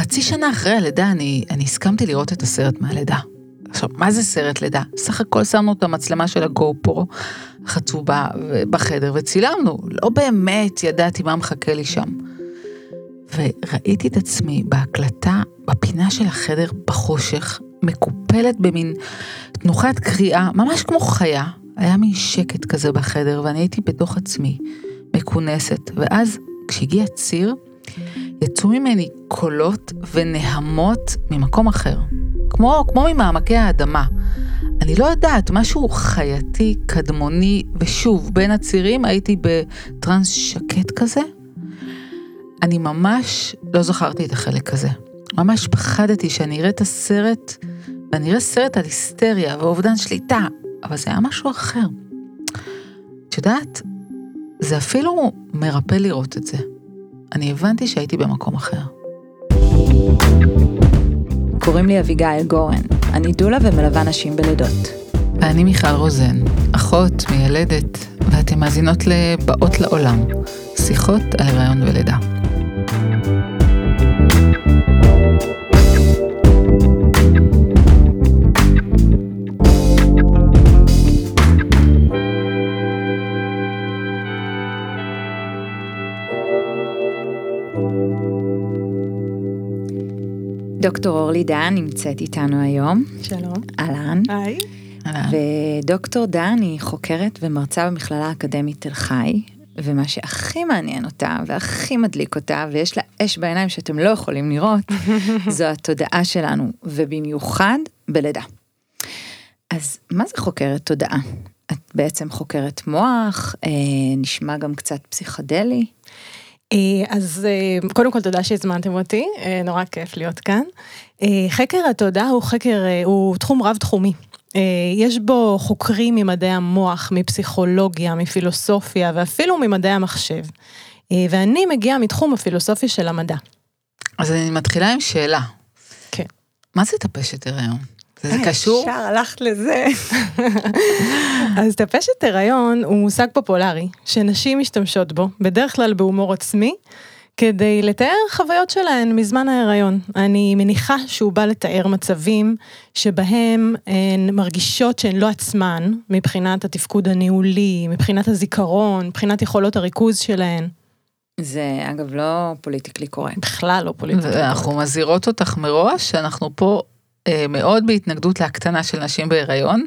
חצי שנה אחרי הלידה, אני הסכמתי לראות את הסרט מהלידה. עכשיו, מה זה סרט לידה? סך הכל שמנו את המצלמה של הגו-פרו, חצובה בחדר, וצילמנו. לא באמת ידעתי מה מחכה לי שם. וראיתי את עצמי בהקלטה, בפינה של החדר, בחושך, מקופלת במין תנוחת קריאה, ממש כמו חיה. היה מין שקט כזה בחדר, ואני הייתי בתוך עצמי, מקונסת. ואז, כשהגיע ציר, יצאו ממני קולות ונהמות ממקום אחר. כמו ממעמקי האדמה. אני לא יודעת, משהו חייתי, קדמוני, ושוב, בין הצירים הייתי בטרנס שקט כזה. אני ממש לא זכרתי את החלק הזה. ממש פחדתי שאני אראה את הסרט, ואני אראה סרט על היסטריה ואובדן שליטה, אבל זה היה משהו אחר. את יודעת, זה אפילו מרפא לראות את זה. אני הבנתי שהייתי במקום אחר. קוראים לי אביגיל גורן, אני דולה ומלווה נשים בלידות. ואני מיכל רוזן, אחות, מיילדת, ואתם מאזינות לבאות לעולם, שיחות על הריון ולידה. דוקטור אורלי דן נמצאת איתנו היום. שלום. אהלן. היי. ודוקטור דן היא חוקרת ומרצה במכללה האקדמית תל חי, ומה שהכי מעניין אותה והכי מדליק אותה, ויש לה אש בעיניים שאתם לא יכולים לראות, זו התודעה שלנו, ובמיוחד בלידה. אז מה זה חוקרת תודעה? את בעצם חוקרת מוח, נשמע גם קצת פסיכדלי. אז קודם כל תודה שהזמנתם אותי, נורא כיף להיות כאן. חקר התודעה הוא תחום רב תחומי. יש בו חוקרים ממדעי המוח, מפסיכולוגיה, מפילוסופיה, ואפילו ממדעי המחשב. ואני מגיעה מתחום הפילוסופיה של המדע. אז אני מתחילה עם שאלה. כן. מה זה טפשת הריון? זה קשור? אפשר, הלכת לזה. אז טפשת הריון הוא מושג פופולרי, שנשים משתמשות בו, בדרך כלל בהומור עצמי, כדי לתאר חוויות שלהן מזמן ההיריון. אני מניחה שהוא בא לתאר מצבים שבהם הן מרגישות שהן לא עצמן, מבחינת התפקוד הניהולי, מבחינת הזיכרון, מבחינת יכולות הריכוז שלהן. זה אגב לא פוליטיקלי קורקט. בכלל לא פוליטיקלי קורקט. אנחנו מזהירות אותך מראש, שאנחנו פה מאוד בהתנגדות להקטנה של נשים בהיריון.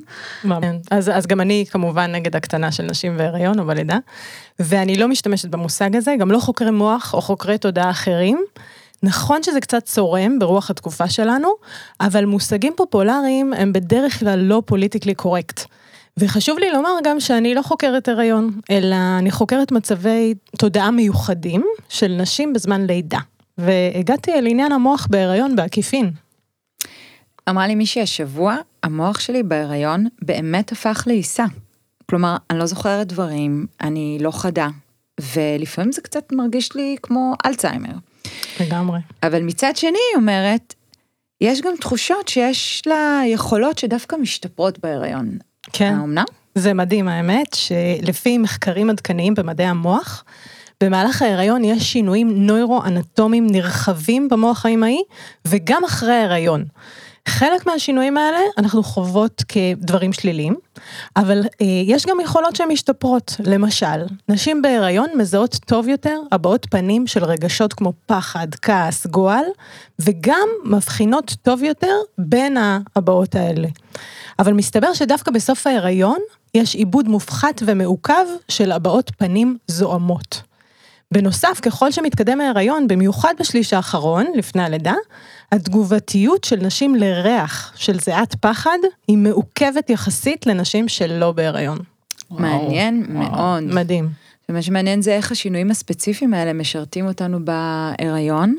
אז גם אני כמובן נגד הקטנה של נשים בהיריון או בלידה, ואני לא משתמשת במושג הזה, גם לא חוקרי מוח או חוקרי תודעה אחרים. נכון שזה קצת צורם ברוח התקופה שלנו, אבל מושגים פופולריים הם בדרך כלל לא פוליטיקלי קורקט. וחשוב לי לומר גם שאני לא חוקרת הריון, אלא אני חוקרת מצבי תודעה מיוחדים של נשים בזמן לידה. והגעתי אל עניין המוח בהיריון בעקיפין. אמרה לי מישהי השבוע, המוח שלי בהיריון באמת הפך לעיסה. כלומר, אני לא זוכרת דברים, אני לא חדה, ולפעמים זה קצת מרגיש לי כמו אלצהיימר. לגמרי. אבל מצד שני, היא אומרת, יש גם תחושות שיש לה יכולות שדווקא משתפרות בהיריון. כן. האמנם? זה מדהים, האמת, שלפי מחקרים עדכניים במדעי המוח, במהלך ההיריון יש שינויים נוירו-אנטומיים נרחבים במוח האימהי, וגם אחרי ההיריון. חלק מהשינויים האלה אנחנו חוות כדברים שליליים, אבל יש גם יכולות שהן משתפרות. למשל, נשים בהיריון מזהות טוב יותר הבעות פנים של רגשות כמו פחד, כעס, גועל, וגם מבחינות טוב יותר בין הבעות האלה. אבל מסתבר שדווקא בסוף ההיריון יש עיבוד מופחת ומעוכב של הבעות פנים זוהמות. בנוסף, ככל שמתקדם ההיריון, במיוחד בשליש האחרון, לפני הלידה, התגובתיות של נשים לריח של זיעת פחד, היא מעוכבת יחסית לנשים שלא בהיריון. מעניין מאוד. מדהים. מה שמעניין זה איך השינויים הספציפיים האלה משרתים אותנו בהיריון,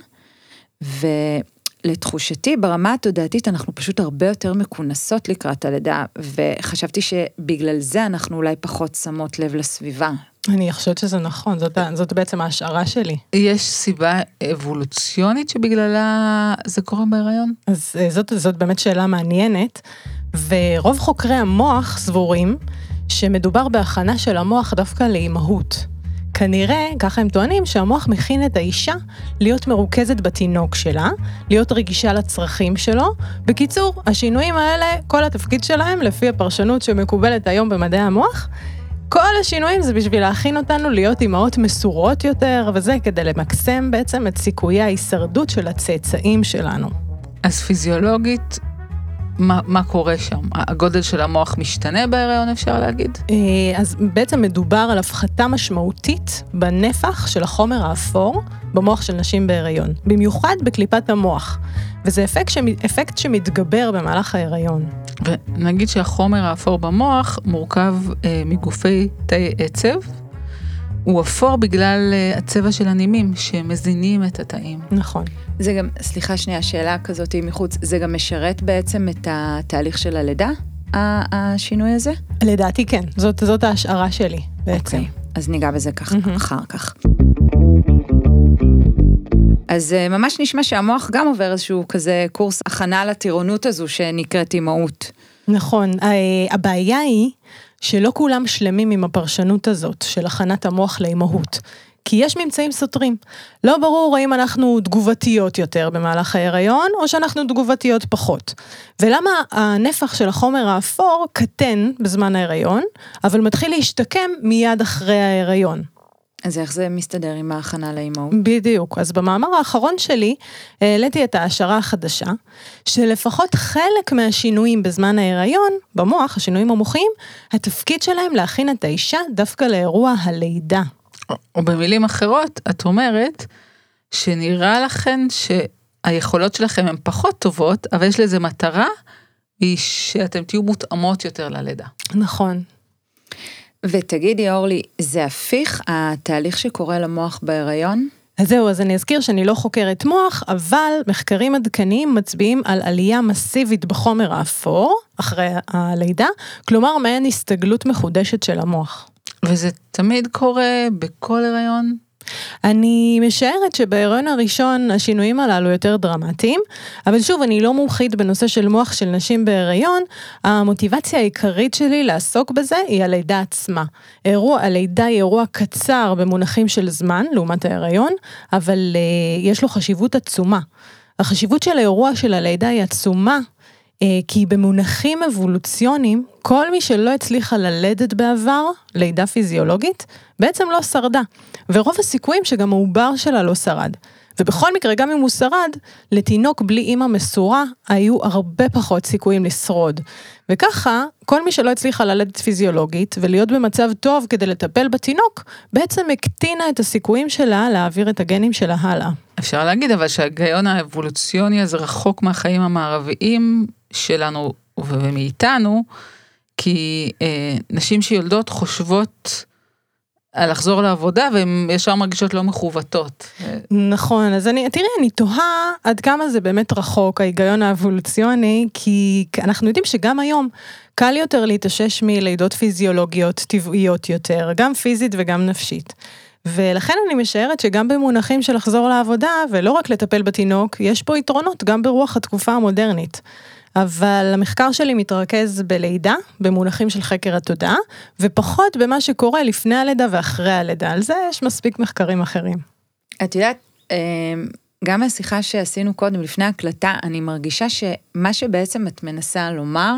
ולתחושתי, ברמה התודעתית, אנחנו פשוט הרבה יותר מכונסות לקראת הלידה, וחשבתי שבגלל זה אנחנו אולי פחות שמות לב לסביבה. אני חושבת שזה נכון, זאת בעצם ההשערה שלי. יש סיבה אבולוציונית שבגללה זה קורה בהיריון? אז זאת באמת שאלה מעניינת, ורוב חוקרי המוח סבורים שמדובר בהכנה של המוח דווקא לאימהות. כנראה, ככה הם טוענים, שהמוח מכין את האישה להיות מרוכזת בתינוק שלה, להיות רגישה לצרכים שלו. בקיצור, השינויים האלה, כל התפקיד שלהם, לפי הפרשנות שמקובלת היום במדעי המוח, כל השינויים זה בשביל להכין אותנו להיות אימהות מסורות יותר, וזה כדי למקסם בעצם את ההישרדות של הצאצאים שלנו. אז פיזיולוגית, מה קורה שם? הגודל של המוח משתנה בהיריון, אפשר להגיד? אז בעצם מדובר על הפחתה משמעותית בנפח של החומר האפור במוח של נשים בהיריון, במיוחד בקליפת המוח, וזה אפקט שמתגבר במהלך ההיריון. ונגיד שהחומר האפור במוח מורכב מגופי תאי עצב, הוא אפור בגלל הצבע של הנימים שמזינים את התאים. נכון. זה גם, סליחה שנייה, שאלה כזאת מחוץ, זה גם משרת בעצם את התהליך של הלידה, השינוי הזה? לדעתי כן, זאת ההשערה שלי בעצם. אוקיי, אז ניגע בזה ככה, אחר כך. אז ממש נשמע שהמוח גם עובר איזשהו כזה קורס הכנה לטירונות הזו שנקראת אימהות. נכון, הבעיה היא שלא כולם שלמים עם הפרשנות הזאת של הכנת המוח לאימהות. כי יש ממצאים סותרים. לא ברור האם אנחנו תגובתיות יותר במהלך ההיריון, או שאנחנו תגובתיות פחות. ולמה הנפח של החומר האפור קטן בזמן ההיריון, אבל מתחיל להשתקם מיד אחרי ההיריון. אז איך זה מסתדר עם ההכנה לאימהות? בדיוק. אז במאמר האחרון שלי, העליתי את ההשערה החדשה, שלפחות חלק מהשינויים בזמן ההיריון, במוח, השינויים המוחיים, התפקיד שלהם להכין את האישה דווקא לאירוע הלידה. או במילים אחרות, את אומרת שנראה לכן שהיכולות שלכם הן פחות טובות, אבל יש לזה מטרה, היא שאתם תהיו מותאמות יותר ללידה. נכון. ותגידי אורלי, זה הפיך התהליך שקורה למוח בהיריון? אז זהו, אז אני אזכיר שאני לא חוקרת מוח, אבל מחקרים עדכניים מצביעים על עלייה מסיבית בחומר האפור, אחרי הלידה, כלומר מעין הסתגלות מחודשת של המוח. וזה תמיד קורה בכל הריון? אני משערת שבהיריון הראשון השינויים הללו יותר דרמטיים, אבל שוב, אני לא מומחית בנושא של מוח של נשים בהיריון, המוטיבציה העיקרית שלי לעסוק בזה היא הלידה עצמה. הלידה היא אירוע קצר במונחים של זמן, לעומת ההיריון, אבל יש לו חשיבות עצומה. החשיבות של האירוע של הלידה היא עצומה, כי במונחים אבולוציוניים, כל מי שלא הצליחה ללדת בעבר, לידה פיזיולוגית, בעצם לא שרדה. ורוב הסיכויים שגם העובר שלה לא שרד. ובכל מקרה, גם אם הוא שרד, לתינוק בלי אמא מסורה, היו הרבה פחות סיכויים לשרוד. וככה, כל מי שלא הצליחה ללדת פיזיולוגית, ולהיות במצב טוב כדי לטפל בתינוק, בעצם הקטינה את הסיכויים שלה להעביר את הגנים שלה הלאה. אפשר להגיד אבל שהגיון האבולוציוני הזה רחוק מהחיים המערביים שלנו ומאיתנו, כי נשים שיולדות חושבות על לחזור לעבודה, והן ישר מרגישות לא מכוותות. נכון, אז אני תוהה עד כמה זה באמת רחוק, ההיגיון האבולוציוני, כי אנחנו יודעים שגם היום קל יותר להתאושש מלידות פיזיולוגיות טבעיות יותר, גם פיזית וגם נפשית. ולכן אני משערת שגם במונחים של לחזור לעבודה, ולא רק לטפל בתינוק, יש פה יתרונות גם ברוח התקופה המודרנית. אבל המחקר שלי מתרכז בלידה, במונחים של חקר התודעה, ופחות במה שקורה לפני הלידה ואחרי הלידה. על זה יש מספיק מחקרים אחרים. את יודעת, גם מהשיחה שעשינו קודם, לפני הקלטה, אני מרגישה שמה שבעצם את מנסה לומר,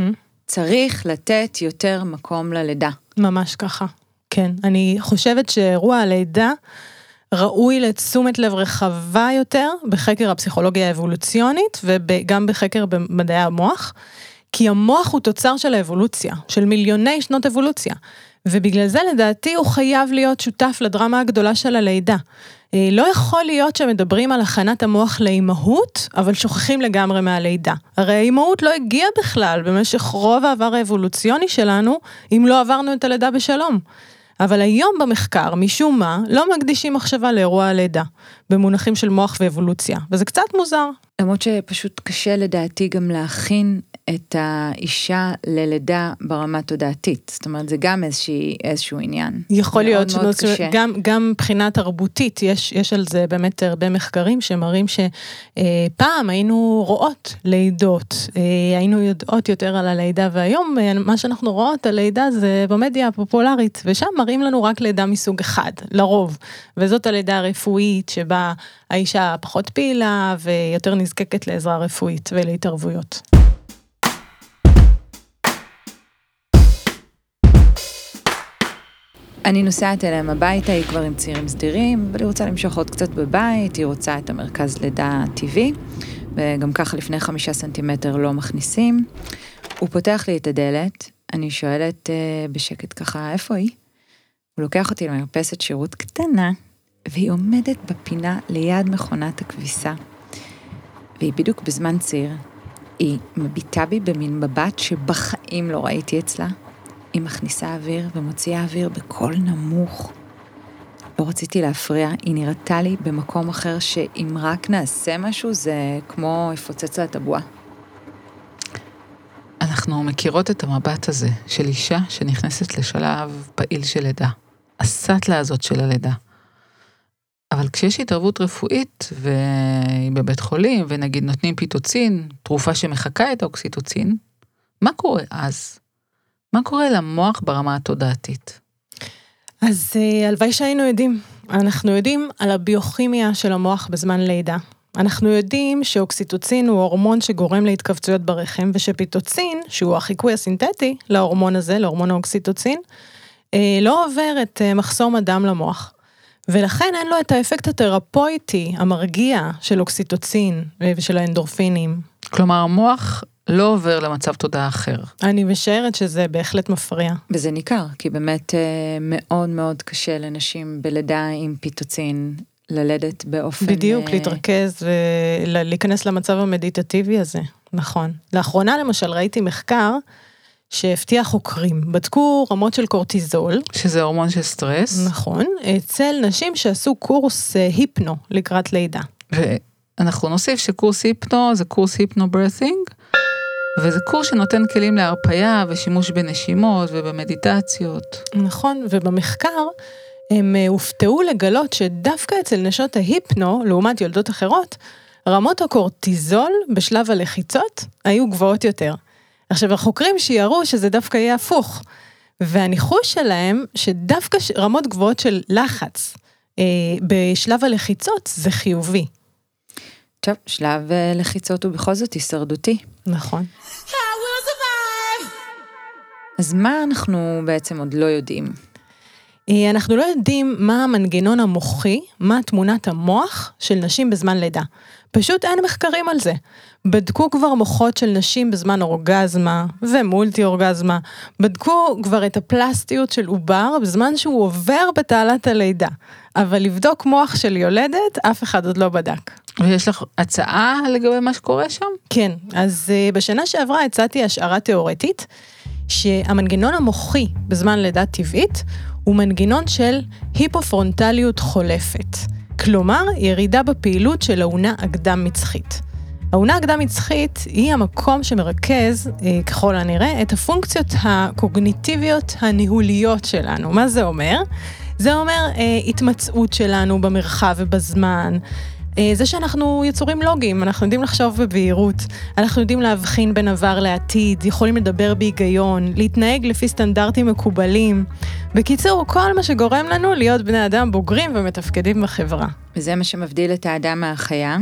צריך לתת יותר מקום ללידה. ממש ככה. כן, אני חושבת שאירוע הלידה ראוי לתשומת לב רחבה יותר בחקר הפסיכולוגיה האבולוציונית וגם בחקר במדעי המוח, כי המוח הוא תוצר של האבולוציה, של מיליוני שנות אבולוציה, ובגלל זה לדעתי הוא חייב להיות שותף לדרמה הגדולה של הלידה. לא יכול להיות שמדברים על הכנת המוח לאימהות, אבל שוכחים לגמרי מהלידה. הרי האימהות לא הגיעה בכלל במשך רוב העבר האבולוציוני שלנו, אם לא עברנו את הלידה בשלום. אבל היום במחקר, משום מה, לא מקדישים מחשבה לאירוע הלידה, במונחים של מוח ואבולוציה, וזה קצת מוזר. למרות שפשוט קשה לדעתי גם להכין את האישה ללידה ברמה תודעתית, זאת אומרת, זה גם איזשהו עניין. יכול להיות, מאוד קשה. גם מבחינה תרבותית, יש על זה באמת הרבה מחקרים שמראים שפעם היינו רואות לידות, היינו יודעות יותר על הלידה, והיום מה שאנחנו רואות על לידה זה במדיה הפופולרית, ושם מראים לנו רק לידה מסוג אחד, לרוב, וזאת הלידה הרפואית שבה האישה פחות פעילה ויותר נזקקת לעזרה רפואית ולהתערבויות. אני נוסעת אליהם הביתה, היא כבר עם צירים סדירים, אבל היא רוצה למשוך עוד קצת בבית, היא רוצה את המרכז לידה טבעי, וגם ככה לפני 5 סנטימטר לא מכניסים. הוא פותח לי את הדלת, אני שואלת בשקט ככה, איפה היא? הוא לוקח אותי למרפסת שירות קטנה, והיא עומדת בפינה ליד מכונת הכביסה, והיא בדיוק בזמן ציר, היא מביטה בי במין מבט שבחיים לא ראיתי אצלה, היא מכניסה אוויר ומוציאה אוויר בקול נמוך. לא רציתי להפריע, היא נראתה לי במקום אחר שאם רק נעשה משהו זה כמו יפוצץ לה את הבועה. אנחנו מכירות את המבט הזה של אישה שנכנסת לשלב פעיל של לידה. הסטלה הזאת של הלידה. אבל כשיש התערבות רפואית והיא בבית חולים ונגיד נותנים פיטוצין, תרופה שמחקה את האוקסיטוצין, מה קורה אז? מה קורה למוח ברמה התודעתית? אז הלוואי שהיינו יודעים. אנחנו יודעים על הביוכימיה של המוח בזמן לידה. אנחנו יודעים שאוקסיטוצין הוא הורמון שגורם להתכווצויות ברחם, ושפיטוצין, שהוא החיקוי הסינתטי להורמון הזה, להורמון האוקסיטוצין, לא עובר את מחסום הדם למוח. ולכן אין לו את האפקט התרפויטי, המרגיע של אוקסיטוצין ושל האנדורפינים. כלומר, המוח לא עובר למצב תודעה אחר. אני משערת שזה בהחלט מפריע. וזה ניכר, כי באמת מאוד מאוד קשה לנשים בלידה עם פיטוצין, ללדת באופן... בדיוק, להתרכז ולהיכנס למצב המדיטטיבי הזה, נכון. לאחרונה למשל ראיתי מחקר שהפתיע חוקרים, בדקו רמות של קורטיזול. שזה הורמון של סטרס. נכון, אצל נשים שעשו קורס היפנו לקראת לידה. ואנחנו נוסיף שקורס היפנו זה קורס היפנו-ברת'ינג, וזה קורס שנותן כלים להרפיה ושימוש בנשימות ובמדיטציות. נכון, ובמחקר הם הופתעו לגלות שדווקא אצל נשות ההיפנו, לעומת יולדות אחרות, רמות הקורטיזול בשלב הלחיצות היו גבוהות יותר. עכשיו, החוקרים שיראו שזה דווקא יהיה הפוך, והניחוש שלהם שדווקא רמות גבוהות של לחץ בשלב הלחיצות זה חיובי. טוב, שלב לחיצות הוא בכל זאת הישרדותי. נכון. אז מה אנחנו בעצם עוד לא יודעים? אנחנו לא יודעים מה המנגנון המוחי, מה תמונת המוח של נשים בזמן לידה. פשוט אין מחקרים על זה. בדקו כבר מוחות של נשים בזמן אורגזמה ומולטי אורגזמה. בדקו כבר את הפלסטיות של עובר בזמן שהוא עובר בתעלת הלידה. אבל לבדוק מוח של יולדת, אף אחד עוד לא בדק. ויש לך הצעה לגבי מה שקורה שם? כן, אז בשנה שעברה הצעתי השערה תיאורטית, שהמנגנון המוחי בזמן לידה טבעית, הוא מנגנון של היפופרונטליות חולפת. כלומר, ירידה בפעילות של האונה הקדם מצחית. האונה הקדם מצחית היא המקום שמרכז, ככל הנראה, את הפונקציות הקוגניטיביות הניהוליות שלנו. מה זה אומר? זה אומר התמצאות שלנו במרחב ובזמן, זה שאנחנו יצורים לוגיים, אנחנו יודעים לחשוב בבהירות, אנחנו יודעים להבחין בין עבר לעתיד, יכולים לדבר בהיגיון, להתנהג לפי סטנדרטים מקובלים. בקיצור, כל מה שגורם לנו להיות בני אדם בוגרים ומתפקדים בחברה. וזה מה שמבדיל את האדם מהחיה.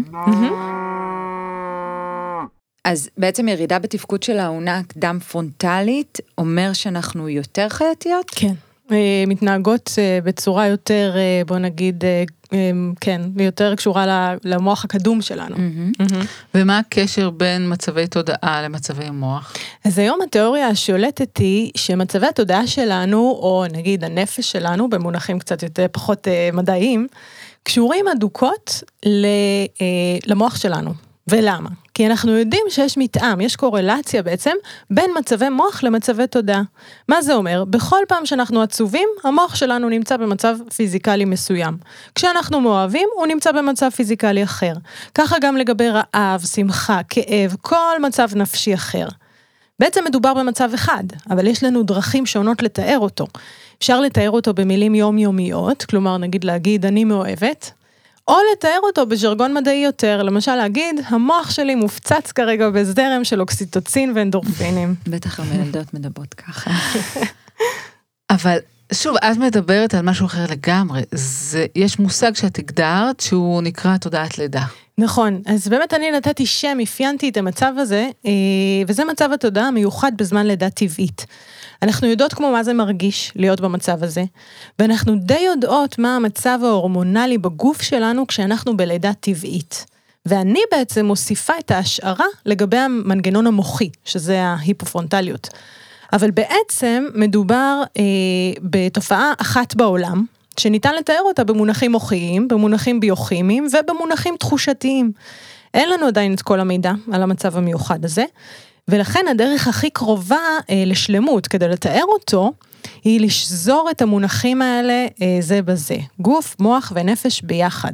אז בעצם ירידה בתפקוד של האונה הקדם פרונטלית אומר שאנחנו יותר חייתיות? כן. מתנהגות בצורה יותר, בוא נגיד, כן, יותר קשורה למוח הקדום שלנו. ומה הקשר בין מצבי תודעה למצבי מוח? אז היום התיאוריה השולטת היא שמצבי התודעה שלנו, או נגיד הנפש שלנו, במונחים קצת יותר פחות מדעיים, קשורים אדוקות למוח שלנו. ולמה? כי אנחנו יודעים שיש מתאם, יש קורלציה בעצם בין מצבי מוח למצבי תודעה. מה זה אומר? בכל פעם שאנחנו עצובים, המוח שלנו נמצא במצב פיזיקלי מסוים. כשאנחנו מאוהבים, הוא נמצא במצב פיזיקלי אחר. ככה גם לגבי רעב, שמחה, כאב, כל מצב נפשי אחר. בעצם מדובר במצב אחד, אבל יש לנו דרכים שונות לתאר אותו. אפשר לתאר אותו במילים יומיומיות, כלומר נגיד להגיד אני מאוהבת, או לתאר אותו בז'רגון מדעי יותר, למשל להגיד, המוח שלי מופצץ כרגע בזרם של אוקסיטוצין ואנדורפינים. בטח המילדות מדברות ככה. אבל שוב, את מדברת על משהו אחר לגמרי. יש מושג שאת הגדרת שהוא נקרא תודעת לידה. נכון, אז באמת אני נתתי שם, אפיינתי את המצב הזה, וזה מצב התודעה המיוחד בזמן לידה טבעית. אנחנו יודעות כמו מה זה מרגיש להיות במצב הזה, ואנחנו די יודעות מה המצב ההורמונלי בגוף שלנו כשאנחנו בלידה טבעית. ואני בעצם מוסיפה את ההשערה לגבי המנגנון המוחי, שזה ההיפופרונטליות. אבל בעצם מדובר בתופעה אחת בעולם, שניתן לתאר אותה במונחים מוחיים, במונחים ביוכימיים ובמונחים תחושתיים. אין לנו עדיין את כל המידע על המצב המיוחד הזה, ולכן הדרך הכי קרובה לשלמות כדי לתאר אותו, היא לשזור את המונחים האלה זה בזה, גוף, מוח ונפש ביחד.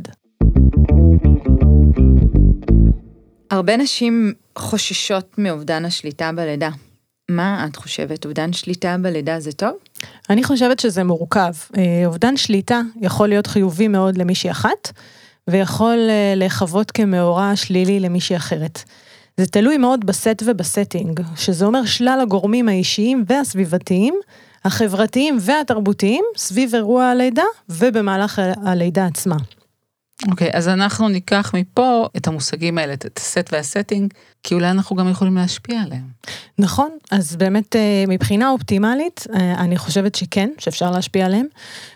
הרבה נשים חוששות מאובדן השליטה בלידה. מה את חושבת? אובדן שליטה בלידה זה טוב? אני חושבת שזה מורכב. אובדן שליטה יכול להיות חיובי מאוד למישהי אחת, ויכול לחוות כמאורע שלילי למישהי אחרת. זה תלוי מאוד בסט ובסטינג, שזה אומר שלל הגורמים האישיים והסביבתיים, החברתיים והתרבותיים, סביב אירוע הלידה ובמהלך הלידה עצמה. אוקיי, אז אנחנו ניקח מפה את המושגים האלה, את הסט והסטינג, כי אולי אנחנו גם יכולים להשפיע עליהם. נכון, אז באמת מבחינה אופטימלית, אני חושבת שכן, שאפשר להשפיע עליהם,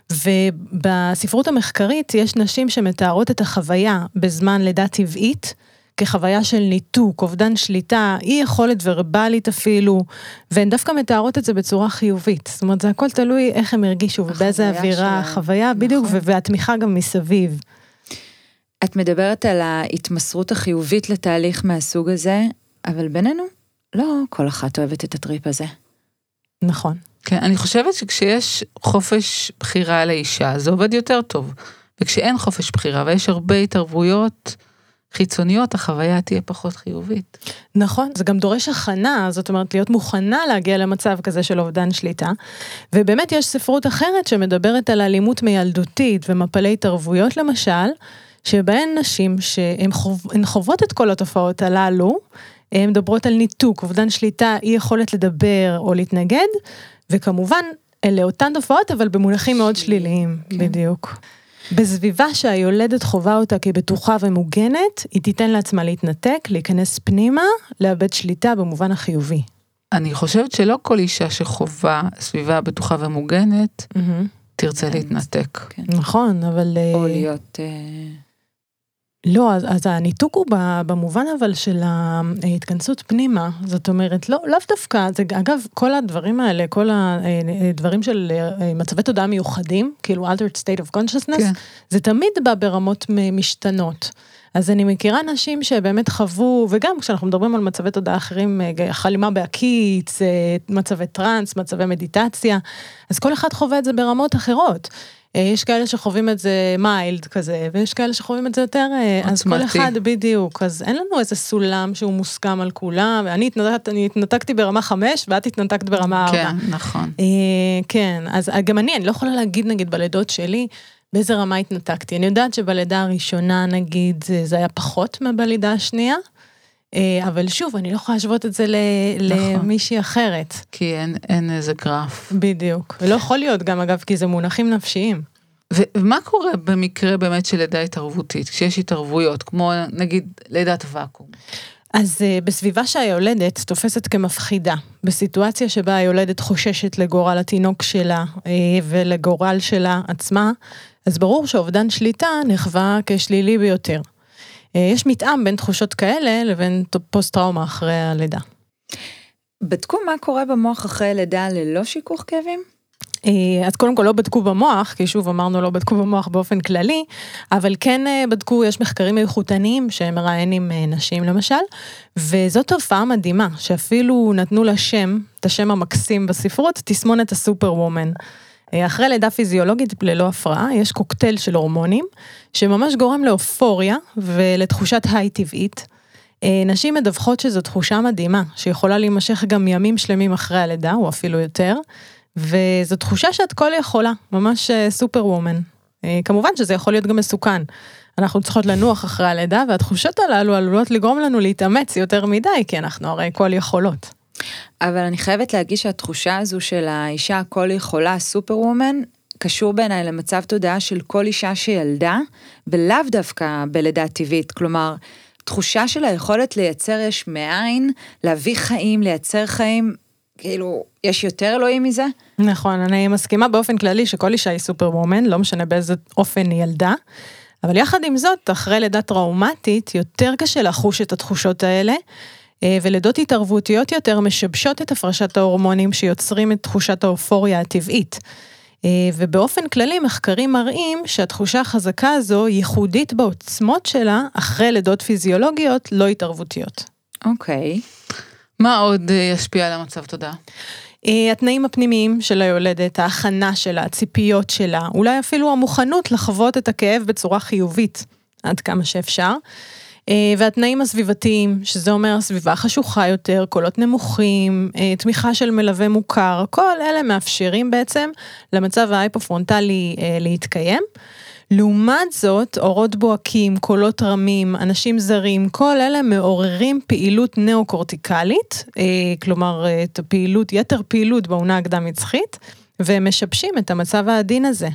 ובספרות המחקרית יש נשים שמתארות את החוויה בזמן לידה טבעית, כחוויה של ניתוק, אובדן שליטה, אי יכולת ורבלית אפילו, והן דווקא מתארות את זה בצורה חיובית. זאת אומרת, זה הכל תלוי איך הם הרגישו, ובאיזה אווירה, החוויה בדיוק, והתמיכה גם מסביב. את מדברת על ההתמסרות החיובית לתהליך מהסוג הזה, אבל בינינו, לא כל אחת אוהבת את הטריפ הזה. נכון. כן, אני חושבת שכשיש חופש בחירה לאישה, זה עובד יותר טוב. וכשאין חופש בחירה, ויש הרבה התערבויות חיצוניות, החוויה תהיה פחות חיובית. נכון, זה גם דורש הכנה, זאת אומרת, להיות מוכנה להגיע למצב כזה של אובדן שליטה, ובאמת יש ספרות אחרת שמדברת על אלימות מילדותית ומפלי התערבויות למשל, שבהן נשים שהן חוות את כל התופעות הללו, הן מדברות על ניתוק, אובדן שליטה, אי יכולת לדבר או להתנגד, וכמובן, אלה אותן תופעות, אבל במונחים מאוד שליליים, בדיוק. בסביבה שהיולדת חובה אותה כבטוחה ומוגנת, היא תיתן לעצמה להתנתק, להיכנס פנימה, לאבד שליטה במובן החיובי. אני חושבת שלא כל אישה שחובה סביבה בטוחה ומוגנת, תרצה להתנתק. נכון, אבל... או להיות... לא, אז הניתוק הוא במובן אבל של ההתכנסות פנימה, זאת אומרת, לא דווקא, זה אגב, כל הדברים האלה, כל הדברים של מצבי תודעה מיוחדים, כאילו altered state of consciousness, זה תמיד בא ברמות משתנות. אז אני מכירה נשים שבאמת חוו, וגם כשאנחנו מדברים על מצבי תודעה אחרים, חלימה בהקיץ, מצבי טרנס, מצבי מדיטציה, אז כל אחד חווה את זה ברמות אחרות. יש כאלה שחווים את זה מיילד כזה, ויש כאלה שחווים את זה יותר, אז כל אחד בדיוק, אז אין לנו איזה סולם שהוא מוסכם על כולם, אני התנתקתי ברמה 5, ואת התנתקת ברמה 4. כן, נכון. כן, אז גם אני לא יכולה להגיד נגיד בלידות שלי, באיזה רמה התנתקתי. אני יודעת שבלידה הראשונה נגיד, זה היה פחות מבלידה השנייה, אבל שוב, אני לא יכולה להשוות את זה למישהי אחרת. כי אין איזה גרף. בדיוק. ולא יכול להיות גם, אגב, כי זה מונחים נפשיים. ומה קורה במקרה באמת של לידה התערבותית? כשיש התערבויות, כמו נגיד לידת ואקום. אז בסביבה שהיולדת תופסת כמפחידה, בסיטואציה שבה היולדת חוששת לגורל התינוק שלה ולגורל שלה עצמה, אז ברור שאובדן שליטה נחווה כשלילי ביותר. יש מתאם בין תחושות כאלה לבין פוסט-טראומה אחרי הלידה. בדקו מה קורה במוח אחרי לידה ללא שיכוך כאבים? אז קודם כל לא בדקו במוח, כי שוב אמרנו לא בדקו במוח באופן כללי, אבל כן בדקו, יש מחקרים איכותניים שהם מראיינים נשים למשל, וזאת תופעה מדהימה, שאפילו נתנו לה שם, את השם המקסים בספרות, תסמונת הסופר וומן. אחרי לידה פיזיולוגית ללא הפרעה, יש קוקטייל של הורמונים, שממש גורם לאופוריה ולתחושת היי טבעית, נשים מדווחות שזו תחושה מדהימה, שיכולה להימשך גם ימים שלמים אחרי הלידה, או אפילו יותר, וזו תחושה שאת כל יכולה, ממש סופר וומן. כמובן שזה יכול להיות גם מסוכן. אנחנו צריכות לנוח אחרי הלידה, והתחושות הללו עלולות לגרום לנו להתאמץ יותר מדי, כי אנחנו הרי כל יכולות. אבל אני חייבת להגיד שהתחושה הזו של האישה הכל יכולה, סופר וומן, קשור בעיניי למצב תודעה של כל אישה שילדה, ולאו דווקא בלידה טבעית, כלומר, תחושה של היכולת לייצר יש מאין, להביא חיים, לייצר חיים, כאילו, יש יותר אלוהים מזה? נכון, אני מסכימה באופן כללי שכל אישה היא סופר וומן, לא משנה באיזה אופן היא ילדה, אבל יחד עם זאת, אחרי לידה טראומטית, יותר קשה לחוש את התחושות האלה, ולידות התערבותיות יותר משבשות את הפרשת ההורמונים שיוצרים את תחושת האופוריה הטבעית. ובאופן כללי מחקרים מראים שהתחושה החזקה הזו ייחודית בעוצמות שלה אחרי לידות פיזיולוגיות לא התערבותיות. אוקיי. מה עוד ישפיע על המצב תודעה? התנאים הפנימיים של היולדת, ההכנה שלה, הציפיות שלה, אולי אפילו המוכנות לחוות את הכאב בצורה חיובית, עד כמה שאפשר. והתנאים הסביבתיים, שזה אומר סביבה חשוכה יותר, קולות נמוכים, תמיכה של מלווה מוכר, כל אלה מאפשרים בעצם למצב ההיפופרונטלי להתקיים. לעומת זאת, אורות בוהקים, קולות רמים, אנשים זרים, כל אלה מעוררים פעילות נאו-קורטיקלית, כלומר, את הפעילות, יתר פעילות בעונה הקדם-מצחית, והם משבשים את המצב העדין הזה.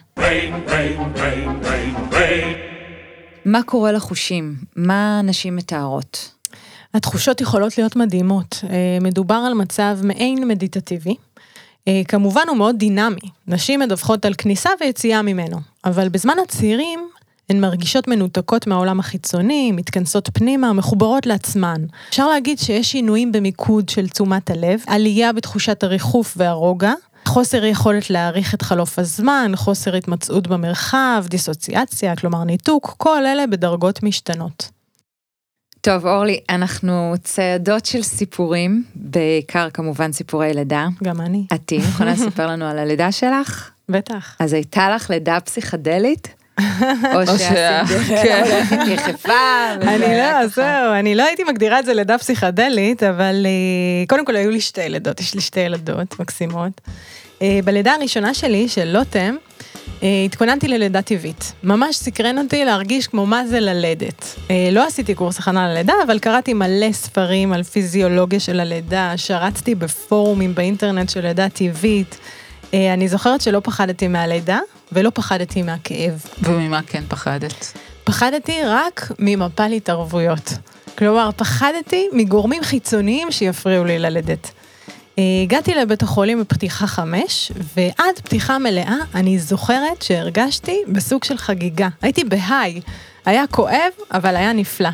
מה קורה לחושים? מה נשים מתארות? התחושות יכולות להיות מדהימות. מדובר על מצב מעין מדיטטיבי. כמובן הוא מאוד דינמי. נשים מדווחות על כניסה ויציאה ממנו. אבל בזמן הצעירים הן מרגישות מנותקות מהעולם החיצוני, מתכנסות פנימה, מחוברות לעצמן. אפשר להגיד שיש שינויים במיקוד של תשומת הלב, עלייה בתחושת הריחוף והרוגע, חוסר יכולת להעריך את חלוף הזמן, חוסר התמצאות במרחב, דיסוציאציה, כלומר ניתוק, כל אלה בדרגות משתנות. טוב, אורלי, אנחנו ציידות של סיפורים, בעיקר כמובן סיפורי לידה. גם אני. עתי, יכולה לספר לנו על הלידה שלך? בטח. אז הייתה לך לידה פסיכדלית? או שהסינדרלה הולכת יחפה? אני לא הייתי מגדירה את זה לידה פסיכדלית, אבל קודם כל היו לי שתי ילדות, יש לי שתי ילדות מקסימות. בלידה הראשונה שלי, של לוטם, התכוננתי ללידה טבעית. ממש סקרן אותי להרגיש כמו מה זה ללדת. לא עשיתי קורס הכנה ללידה, אבל קראתי מלא ספרים על פיזיולוגיה של הלידה, שרצתי בפורומים באינטרנט של לידה טבעית. אני זוכרת שלא פחדתי מהלידה, ולא פחדתי מהכאב. וממה כן פחדת? פחדתי רק ממפל התערבויות. כלומר, פחדתי מגורמים חיצוניים שיפריעו לי ללדת. הגעתי לבית החולים בפתיחה 5, ועד פתיחה מלאה אני זוכרת שהרגשתי בסוג של חגיגה. הייתי בהיי, היה כואב, אבל היה נפלא.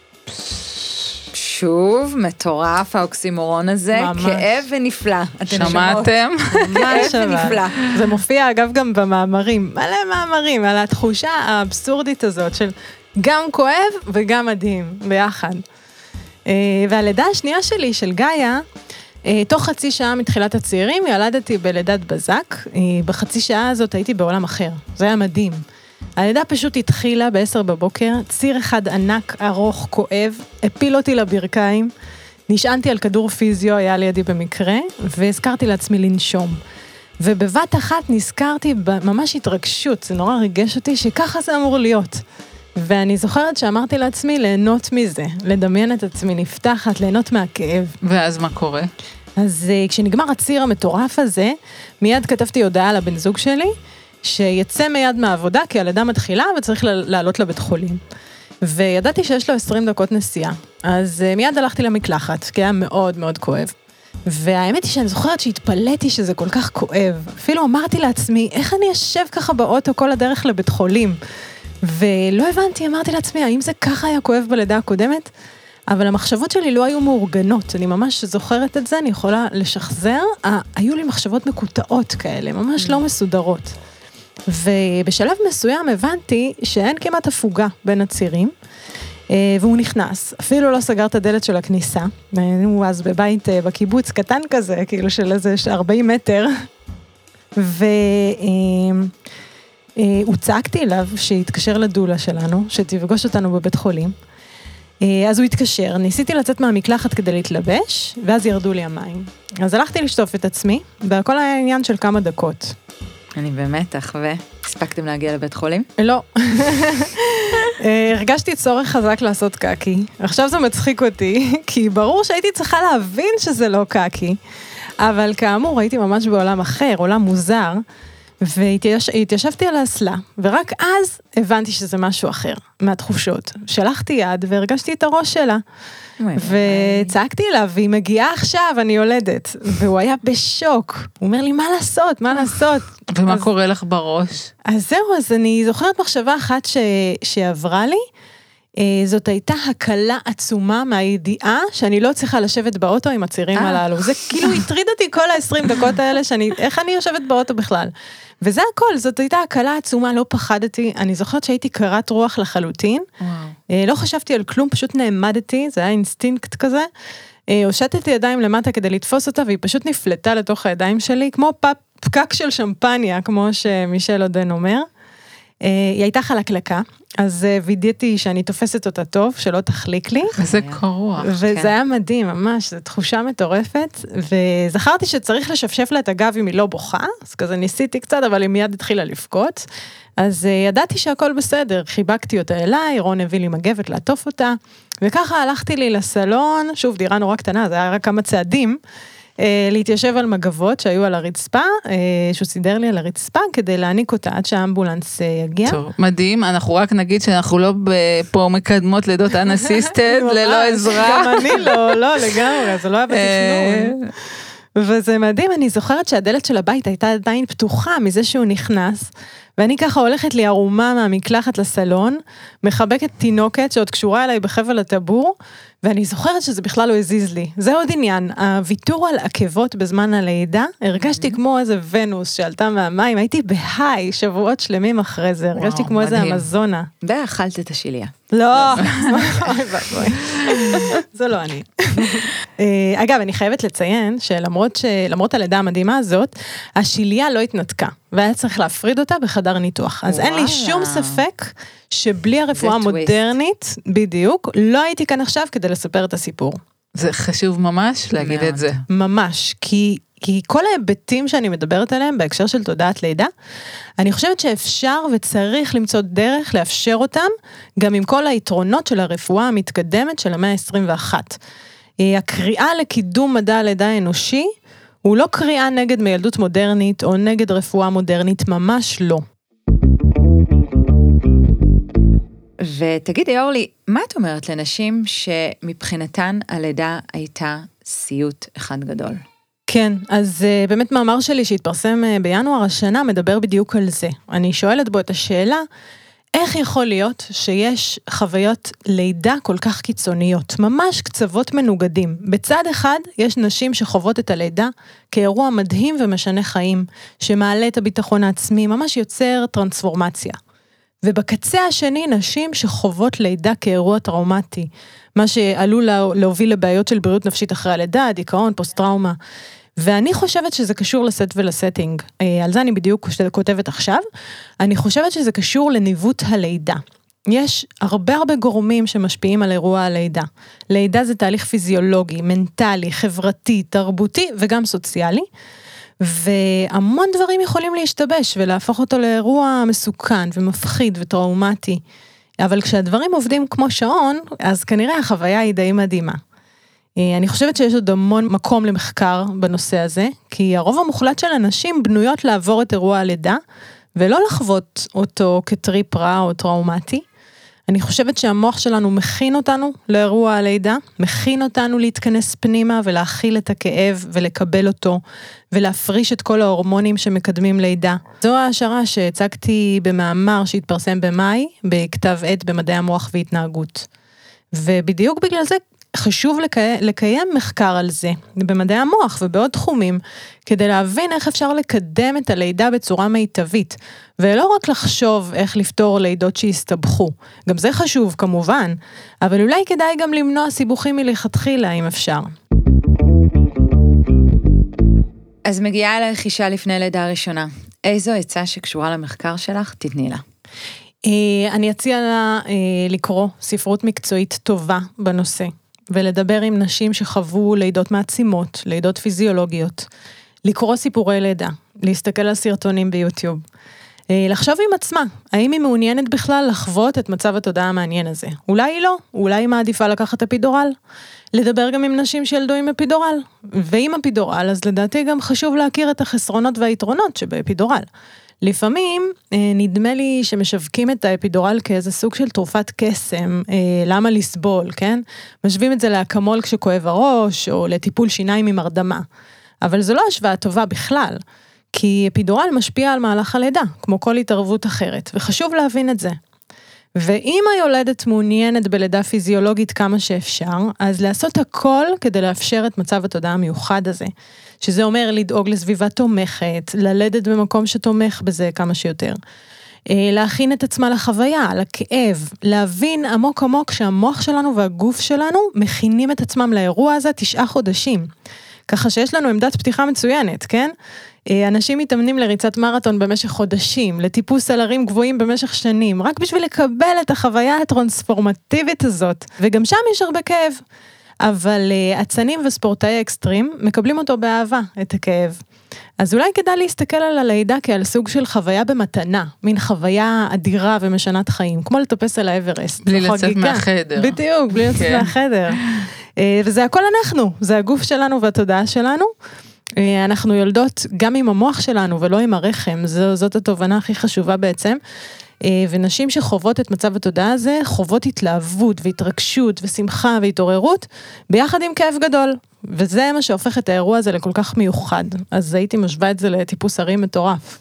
שוב, מטורף האוקסימורון הזה, ממש. כאב ונפלא. שמעתם? ממש נפלא. זה מופיע אגב גם במאמרים, מלא מאמרים, על התחושה האבסורדית הזאת של גם כואב וגם מדהים, ביחד. והלידה השנייה שלי, של גאיה, תוך חצי שעה מתחילת הצעירים, ילדתי בלידת בזק, בחצי שעה הזאת הייתי בעולם אחר, זה היה מדהים. הלידה פשוט התחילה ב10 בבוקר, ציר אחד ענק, ארוך, כואב, הפיל אותי לברכיים, נשענתי על כדור פיזיו, היה לידי במקרה, והזכרתי לעצמי לנשום. ובבת אחת נזכרתי בממש התרגשות, זה נורא ריגש אותי שככה זה אמור להיות. ואני זוכרת שאמרתי לעצמי ליהנות מזה, לדמיין את עצמי נפתחת, ליהנות מהכאב. ואז מה קורה? אז כשנגמר הציר המטורף הזה, מיד כתבתי הודעה לבן זוג שלי, שיצא מיד מהעבודה, כי הלידה מתחילה וצריך לעלות לבית חולים. וידעתי שיש לו 20 דקות נסיעה. אז מיד הלכתי למקלחת, כי היה מאוד מאוד כואב. והאמת היא שאני זוכרת שהתפלאתי שזה כל כך כואב. אפילו אמרתי לעצמי, איך אני אשב ככה באוטו כל הדרך לבית חולים? ולא הבנתי, אמרתי לעצמי, האם זה ככה היה כואב בלידה הקודמת? אבל המחשבות שלי לא היו מאורגנות, אני ממש זוכרת את זה, אני יכולה לשחזר, היו לי מחשבות מקוטעות כאלה, ממש לא מסודרות. ובשלב מסוים הבנתי שאין כמעט הפוגה בין הצירים, והוא נכנס, אפילו לא סגר את הדלת של הכניסה, הוא אז בבית בקיבוץ קטן כזה, כאילו של איזה 40 מטר, הוצעקתי אליו שהתקשר לדולה שלנו, שתפגוש אותנו בבית חולים, אז הוא התקשר, ניסיתי לצאת מהמקלחת כדי להתלבש, ואז ירדו לי המים. אז הלכתי לשטוף את עצמי, והכל היה עניין של כמה דקות. אני במתח, הספקתם להגיע לבית חולים? לא. הרגשתי צורך חזק לעשות קקי. עכשיו זה מצחיק אותי, כי ברור שהייתי צריכה להבין שזה לא קקי. אבל כאמור, הייתי ממש בעולם אחר, עולם מוזר, והתיישבתי על האסלה, ורק אז הבנתי שזה משהו אחר, מהתחושות. שלחתי יד והרגשתי את הראש שלה, וצעקתי אליו, והיא מגיעה עכשיו, אני יולדת, והוא היה בשוק. הוא אומר לי, מה לעשות, מה לעשות? ומה קורה לך בראש? אז זהו, אז אני זוכרת מחשבה אחת שעברה לי, זאת הייתה הקלה עצומה מהידיעה שאני לא צריכה לשבת באוטו עם הצירים הללו. זה כאילו הטריד אותי כל ה-20 דקות האלה, איך אני יושבת באוטו בכלל. וזה הכל, זאת הייתה הקלה עצומה, לא פחדתי, אני זוכרת שהייתי קרת רוח לחלוטין, לא חשבתי על כלום, פשוט נעמדתי, זה היה אינסטינקט כזה, הושטתי ידיים למטה כדי לתפוס אותה, והיא פשוט נפלטה לתוך הידיים שלי, כמו פקק של שמפניה, כמו שמישל עודן אומר. היא הייתה חלקלקה, אז וידאתי שאני תופסת אותה טוב, שלא תחליק לי. וזה קרוע. וזה היה מדהים, ממש, זו תחושה מטורפת, וזכרתי שצריך לשפשף לה את הגב אם היא לא בוכה, אז כזה ניסיתי קצת, אבל היא מיד התחילה לבכות, אז ידעתי שהכל בסדר, חיבקתי אותה אליי, רון הביא לי מגבת לעטוף אותה, וככה הלכתי לי לסלון, שוב, דירה נורא קטנה, זה היה רק כמה צעדים, להתיישב על מגבות שהיו על הרצפה, שהוא סידר לי על הרצפה, כדי להעניק אותה עד שהאמבולנס יגיע. טוב, מדהים, אנחנו רק נגיד שאנחנו לא פה מקדמות לידות אנסיסטד, ללא עזרה. גם אני לא לגמרי, זה לא היה בתכנון. וזה מדהים, אני זוכרת שהדלת של הבית הייתה עדיין פתוחה מזה שהוא נכנס, ואני ככה הולכת לי ערומה מהמקלחת לסלון, מחבקת תינוקת שעוד קשורה אליי בחבל הטבור, ואני זוכרת שזה בכלל לא הזיז לי. זה עוד עניין, הוויתור על עקבות בזמן הלידה, הרגשתי כמו איזה ונוס שעלתה מהמים, הייתי בהיי שבועות שלמים אחרי זה, הרגשתי כמו איזה אמזונה. ואכלת את השיליה. לא, זה לא אני. אגב, אני חייבת לציין שלמרות הלידה המדהימה הזאת, השיליה לא התנתקה, והיה צריך להפריד אותה בחדר ניתוח. אז אין לי שום ספק שבלי הרפואה המודרנית, בדיוק, לא הייתי כאן עכשיו כדי לספר את הסיפור. זה חשוב ממש להגיד את זה. ממש, כי כל ההיבטים שאני מדברת עליהם בהקשר של תודעת לידה, אני חושבת שאפשר וצריך למצוא דרך לאפשר אותם, גם עם כל היתרונות של הרפואה המתקדמת של המאה ה-21. הקריאה לקידום מדע הלידה האנושי, הוא לא קריאה נגד מילדות מודרנית או נגד רפואה מודרנית, ממש לא. ותגידי אורלי, מה את אומרת לנשים שמבחינתן הלידה הייתה סיוט אחד גדול? כן, אז באמת מאמר שלי שהתפרסם בינואר השנה מדבר בדיוק על זה. אני שואלת בו את השאלה, איך יכול להיות שיש חוויות לידה כל כך קיצוניות, ממש קצוות מנוגדים. בצד אחד יש נשים שחוות את הלידה כאירוע מדהים ומשנה חיים, שמעלה את הביטחון העצמי, ממש יוצר טרנספורמציה. ובקצה השני נשים שחוות לידה כאירוע טראומטי, מה שעלול להוביל לבעיות של בריאות נפשית אחרי הלידה, דיכאון, פוסט-טראומה. ואני חושבת שזה קשור לסט ולסטינג. על זה אני בדיוק כותבת עכשיו. אני חושבת שזה קשור לניווט הלידה. יש הרבה גורמים שמשפיעים על אירוע הלידה. לידה זה תהליך פיזיולוגי, מנטלי, חברתי, תרבותי וגם סוציאלי. והמון דברים יכולים להשתבש ולהפוך אותו לאירוע מסוכן ומפחיד וטראומטי. אבל כשהדברים עובדים כמו שעון, אז כנראה החוויה היא די מדהימה. אני חושבת שיש עוד המון מקום למחקר בנושא הזה, כי הרוב המוחלט של אנשים בנויות לעבור את אירוע הלידה, ולא לחוות אותו כטריפ רע או טראומטי. אני חושבת שהמוח שלנו מכין אותנו לאירוע הלידה, מכין אותנו להתכנס פנימה ולהכיל את הכאב ולקבל אותו, ולהפריש את כל ההורמונים שמקדמים לידה. זו ההשערה שהצגתי במאמר שהתפרסם במאי, בכתב עת במדעי המוח והתנהגות. ובדיוק בגלל זה חשוב לקיים מחקר על זה, במדעי המוח ובעוד תחומים, כדי להבין איך אפשר לקדם את הלידה בצורה מיטבית, ולא רק לחשוב איך לפתור לידות שהסתבכו. גם זה חשוב כמובן, אבל אולי כדאי גם למנוע סיבוכים מלכתחילה אם אפשר. אז מגיעה אלייך אישה לפני לידה הראשונה. איזו עצה שקשורה למחקר שלך? תתני לה. אני אציע לה לקרוא ספרות מקצועית טובה בנושא, ולדבר עם נשים שחוו לידות מעצימות, לידות פיזיולוגיות, לקרוא סיפורי לידה, להסתכל על סרטונים ביוטיוב, לחשוב עם עצמה, האם היא מעוניינת בכלל לחוות את מצב התודעה המעניין הזה. אולי היא לא, אולי היא מעדיפה לקחת אפידורל, לדבר גם עם נשים שילדו עם אפידורל, ועם אפידורל, אז לדעתי גם חשוב להכיר את החסרונות והיתרונות שבאפידורל. לפעמים נדמה לי שמשווקים את האפידורל כאיזה סוג של תרופת קסם, למה לסבול, כן? משווים את זה לאקמול כשכואב הראש, או לטיפול שיניים עם הרדמה. אבל זו לא השוואה טובה בכלל, כי אפידורל משפיע על מהלך הלידה, כמו כל התערבות אחרת, וחשוב להבין את זה. ואם היולדת מעוניינת בלידה פיזיולוגית כמה שאפשר, אז לעשות הכל כדי לאפשר את מצב התודעה המיוחד הזה, שזה אומר לדאוג לסביבה תומכת, ללדת במקום שתומך בזה כמה שיותר. להכין את עצמה לחוויה, לכאב, להבין עמוק עמוק שהמוח שלנו והגוף שלנו מכינים את עצמם לאירוע הזה 9 חודשים. ככה שיש לנו עמדת פתיחה מצוינת, כן? אנשים מתאמנים לריצת מרתון במשך חודשים, לטיפוס על הרים גבוהים במשך שנים, רק בשביל לקבל את החוויה הטרנספורמטיבית הזאת. וגם שם יש הרבה כאב. אבל אצנים וספורטאי אקסטרים מקבלים אותו באהבה, את הכאב. אז אולי כדאי להסתכל על הלידה כעל סוג של חוויה במתנה, מין חוויה אדירה ומשנת חיים, כמו לטפס על האברסט. בלי לצאת מהחדר. בדיוק, בלי לצאת מהחדר. וזה הכל אנחנו, זה הגוף שלנו והתודעה שלנו. אנחנו יולדות גם עם המוח שלנו ולא עם הרחם, זאת התובנה הכי חשובה בעצם. ונשים שחוות את מצב התודעה הזה, חוות התלהבות והתרגשות ושמחה והתעוררות, ביחד עם כאב גדול. וזה מה שהופך את האירוע הזה לכל כך מיוחד. אז הייתי משווה את זה לטיפוס הרים מטורף.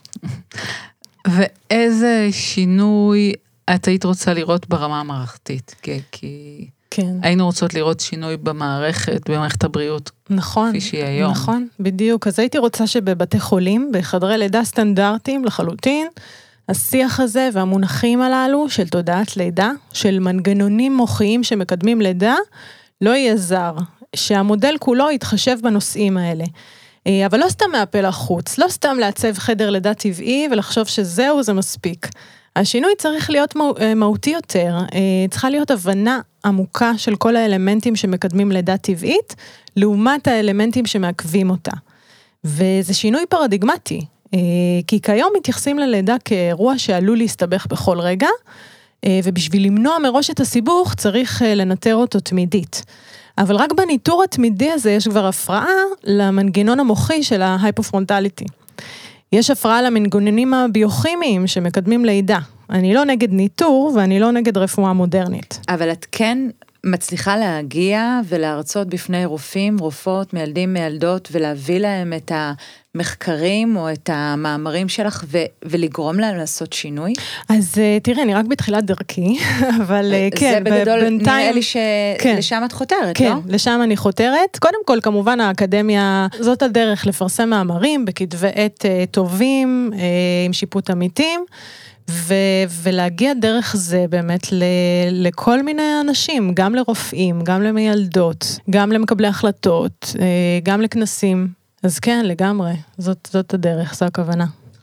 ואיזה שינוי את היית רוצה לראות ברמה המערכתית? כי כן. היינו רוצות לראות שינוי במערכת הבריאות. נכון. כפי שהיא היום. נכון, בדיוק. אז הייתי רוצה שבבתי חולים, בחדרי לידה סטנדרטיים לחלוטין, השיח הזה והמונחים הללו של תודעת לידה, של מנגנונים מוחיים שמקדמים לידה, לא יהיה זר. שהמודל כולו יתחשב בנושאים האלה. אבל לא סתם מהפה לחוץ, לא סתם לעצב חדר לידה טבעי ולחשוב שזהו, זה מספיק. השינוי צריך להיות מהותי יותר, צריכה להיות הבנה עמוקה של כל האלמנטים שמקדמים לידה טבעית, לעומת האלמנטים שמעכבים אותה. וזה שינוי פרדיגמטי, כי כיום מתייחסים ללידה כאירוע שעלול להסתבך בכל רגע, ובשביל למנוע מראש את הסיבוך צריך לנטר אותו תמידית. אבל רק בניטור התמידי הזה יש כבר הפרעה למנגנון המוחי של ההייפופרונטליטי. יש הפרעה למנגנונים הביוכימיים שמקדמים לידה. אני לא נגד ניטור ואני לא נגד רפואה מודרנית. אבל את כן מצליחה להגיע ולהרצות בפני רופאים, רופאות, מילדים, מילדות, ולהביא להם את המחקרים או את המאמרים שלך ולגרום להם לעשות שינוי? אז תראה, אני רק בתחילת דרכי, אבל כן, זה בגדול נראה לי שלשם את חותרת, לא? כן, לשם אני חותרת. קודם כל, כמובן, האקדמיה, זאת הדרך לפרסם מאמרים בכתבי עת טובים, עם שיפוט עמיתים, ולהגיע דרך זה באמת לכל מיני אנשים, גם לרופאים, גם למיילדות, גם למקבלי החלטות, גם לכנסים. אז כן, לגמרי, זאת הדרך, זו הכוונה.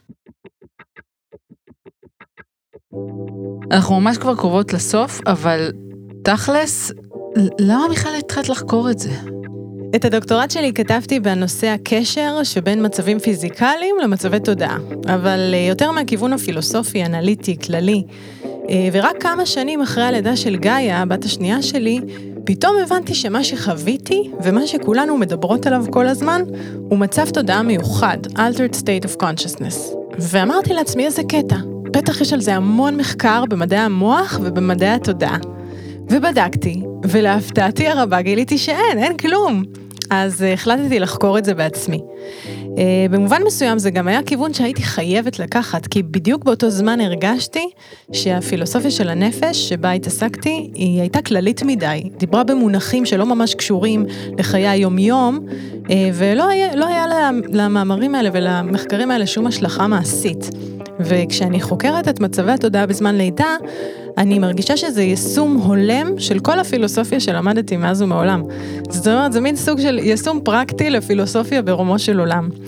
אנחנו ממש כבר קרובות לסוף, אבל תכלס, למה בכלל התחלת לחקור את זה? את הדוקטורט שלי כתבתי בנושא הקשר שבין מצבים פיזיקליים למצבי תודעה, אבל יותר מהכיוון הפילוסופי, אנליטי, כללי. ורק כמה שנים אחרי הלידה של גאיה, הבת השנייה שלי, פתאום הבנתי שמה שחוויתי ומה שכולנו מדברות עליו כל הזמן, הוא מצב תודעה מיוחד, altered state of consciousness. ואמרתי לעצמי איזה קטע, בטח יש על זה המון מחקר במדעי המוח ובמדעי התודעה. ובדקתי, ולהפתעתי הרבה גיליתי אין כלום. אז החלטתי לחקור את זה בעצמי. במובן מסוים זה גם היה כיוון שהייתי חייבת לקחת, כי בדיוק באותו זמן הרגשתי שהפילוסופיה של הנפש שבה התעסקתי, היא הייתה כללית מדי, דיברה במונחים שלא ממש קשורים לחיי היום-יום, ולא היה למאמרים האלה ולמחקרים האלה שום השלכה מעשית. וכשאני חוקרת את מצבי התודעה בזמן לידה, אני מרגישה שזה יישום הולם של כל הפילוסופיה שלמדתי מאז ומעולם. זאת אומרת, זה מין סוג של יישום פרקטי לפילוסופיה ברומו של עולם.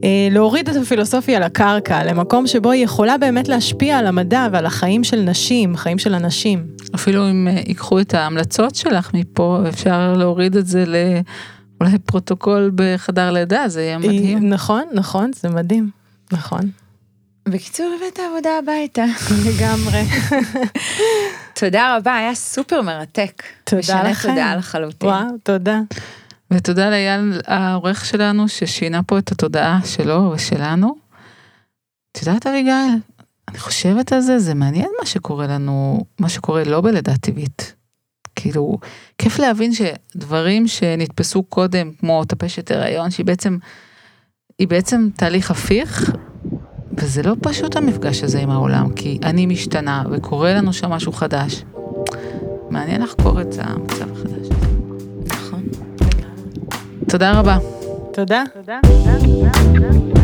להוריד את הפילוסופיה לקרקע, למקום שבו היא יכולה באמת להשפיע על המדע ועל החיים של נשים, חיים של אנשים. אפילו אם ייקחו את ההמלצות שלך מפה, אפשר להוריד את זה אולי פרוטוקול בחדר לידה, זה יהיה מדהים. נכון, זה מדהים, נכון. בקיצור, הבאת העבודה הביתה. לגמרי. תודה רבה, היה סופר מרתק. תודה לכם. תודה לחלוטין. וואו, תודה. ותודה לאייל העורך שלנו, ששינה פה את התודעה שלו ושלנו. את יודעת אביגיל, אני חושבת על זה, זה מעניין מה שקורה לנו, מה שקורה לא בלידה טבעית. כאילו, כיף להבין שדברים שנתפסו קודם, כמו טפשת הריון, שהיא בעצם תהליך הפיך, וזה לא פשוט המפגש הזה עם העולם, כי אני משתנה וקורה לנו שם משהו חדש. מעניין לחקור את המצב החדש. נכון. תודה רבה. תודה.